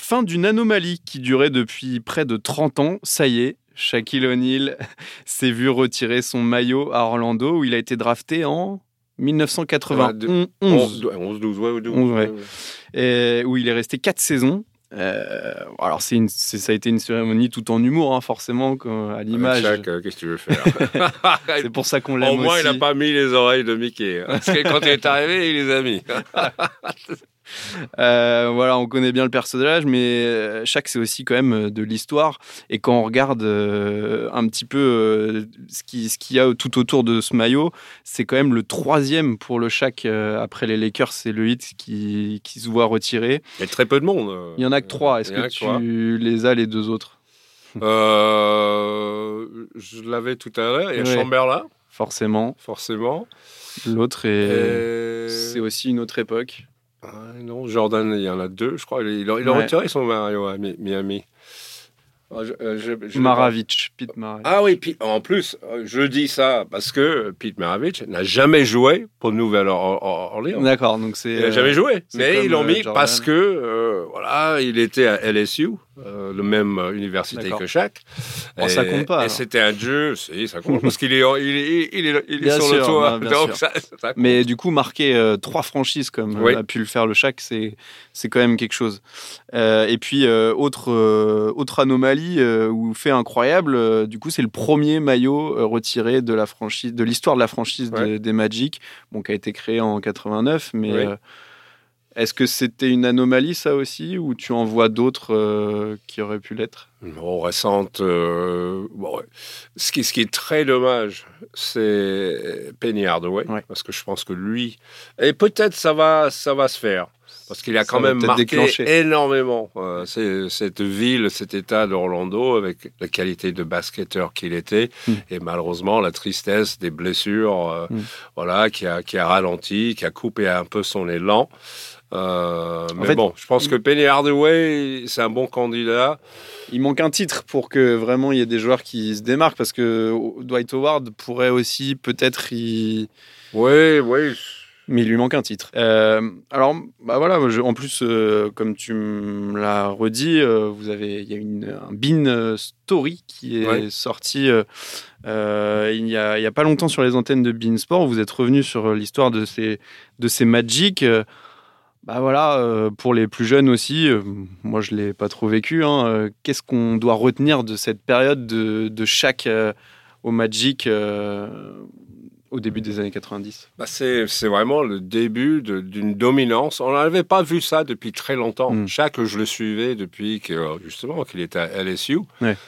fin d'une anomalie qui durait depuis près de 30 ans. Ça y est, Shaquille O'Neal s'est vu retirer son maillot à Orlando où il a été drafté en 1991. 11-12, ouais. 11, ouais. Et où il est resté 4 saisons. Alors ça a été une cérémonie tout en humour, hein, forcément, à l'image. Shaq, qu'est-ce que tu veux faire? C'est pour ça qu'on l'aime aussi. Au moins, il n'a pas mis les oreilles de Mickey. Parce que quand il est arrivé, il les a mis. Voilà, on connaît bien le personnage, mais Shaq, c'est aussi quand même de l'histoire. Et quand on regarde un petit peu ce qu'il y a tout autour de ce maillot, c'est quand même le 3e pour le Shaq après les Lakers. C'est le Heat qui se voit retirer. Il y a très peu de monde. Il n'y en a que 3. Est-ce que tu les as, les 2 autres? Je l'avais tout à l'heure. Il y a Chamberlain. Forcément. L'autre, c'est aussi une autre époque. Non, Jordan, il y en a 2, je crois. Il a retiré son maillot à Miami. Pete Maravich. Ah oui, en plus, je dis ça parce que Pete Maravich n'a jamais joué pour Nouvelle-Orléans. D'accord, donc c'est. Il n'a jamais joué, mais ils l'ont mis Jordan. Parce que il était à LSU, le même université que Shaq. Ça compte pas. Et c'était un jeu, si, ça compte parce qu'il est sur le toit. Donc ça mais du coup, marquer 3 franchises comme a pu le faire le Shaq, c'est quand même quelque chose. Et puis autre anomalie ou fait incroyable, du coup, c'est le premier maillot retiré de l'histoire de la franchise des Magic, qui a été créé en 89, mais est-ce que c'était une anomalie, ça aussi, ou tu en vois d'autres qui auraient pu l'être? Récente. Ce qui est très dommage, c'est Penny Hardaway, parce que je pense que lui, et peut-être ça va se faire. Parce qu'il a quand même marqué énormément cette ville, cet état d'Orlando, avec la qualité de basketteur qu'il était, et malheureusement la tristesse des blessures, qui a ralenti, qui a coupé un peu son élan. Je pense que Penny Hardaway, c'est un bon candidat. Il manque un titre pour que vraiment il y ait des joueurs qui se démarquent, parce que Dwight Howard pourrait aussi peut-être Oui. Mais il lui manque un titre. Alors, en plus, comme tu me l'as redit, il y a un Bean Story qui est sorti il y a pas longtemps sur les antennes de Bean Sport. Vous êtes revenu sur l'histoire de ces Magic. Pour les plus jeunes aussi, moi je l'ai pas trop vécu. Qu'est-ce qu'on doit retenir de cette période de Shaq au Magic? Au début des années 90. C'est vraiment le début d'une dominance. On n'avait pas vu ça depuis très longtemps. Shaq, je le suivais depuis qu'il était à LSU,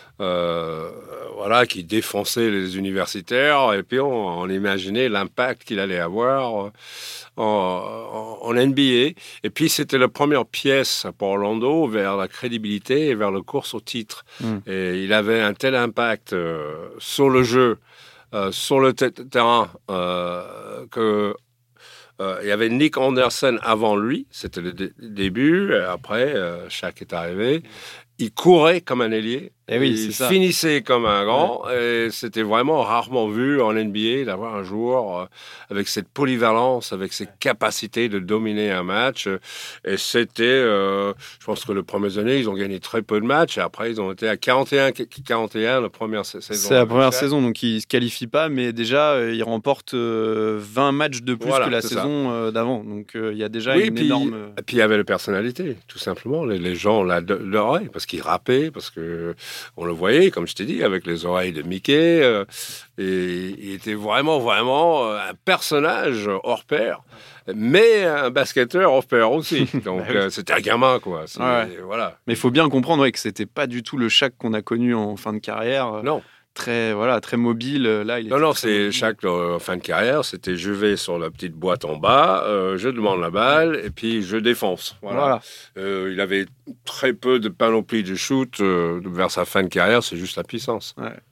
qui défonçait les universitaires, et puis on imaginait l'impact qu'il allait avoir en NBA. Et puis c'était la première pièce pour Orlando vers la crédibilité et vers la course au titre. Et il avait un tel impact sur le jeu, sur le terrain, que il y avait Nick Anderson avant lui, c'était le début. Après, Shaq est arrivé. Il courait comme un ailier. Il finissait comme un grand. Et c'était vraiment rarement vu en NBA d'avoir un joueur avec cette polyvalence, avec cette capacité de dominer un match. Et c'était, je pense que les premières années, ils ont gagné très peu de matchs. Et après, ils ont été à 41 la première saison. C'est la première saison, donc ils ne se qualifient pas. Mais déjà, ils remportent 20 matchs de plus que la saison d'avant. Donc il y a déjà une énorme... Et puis il y avait la personnalité, tout simplement. Les gens l'adoraient parce qu'il rappait, parce que on le voyait, comme je t'ai dit, avec les oreilles de Mickey. Et il était vraiment un personnage hors pair, mais un basketteur hors pair aussi. Donc c'était un gamin, quoi. Voilà. Mais il faut bien comprendre que c'était pas du tout le Shaq qu'on a connu en fin de carrière. Non. Très mobile. Là, c'est Shaq en fin de carrière. C'était je vais sur la petite boîte en bas, je demande la balle et puis je défonce. Voilà. Il avait très peu de panoplie de shoot vers sa fin de carrière. C'est juste la puissance. Ouais.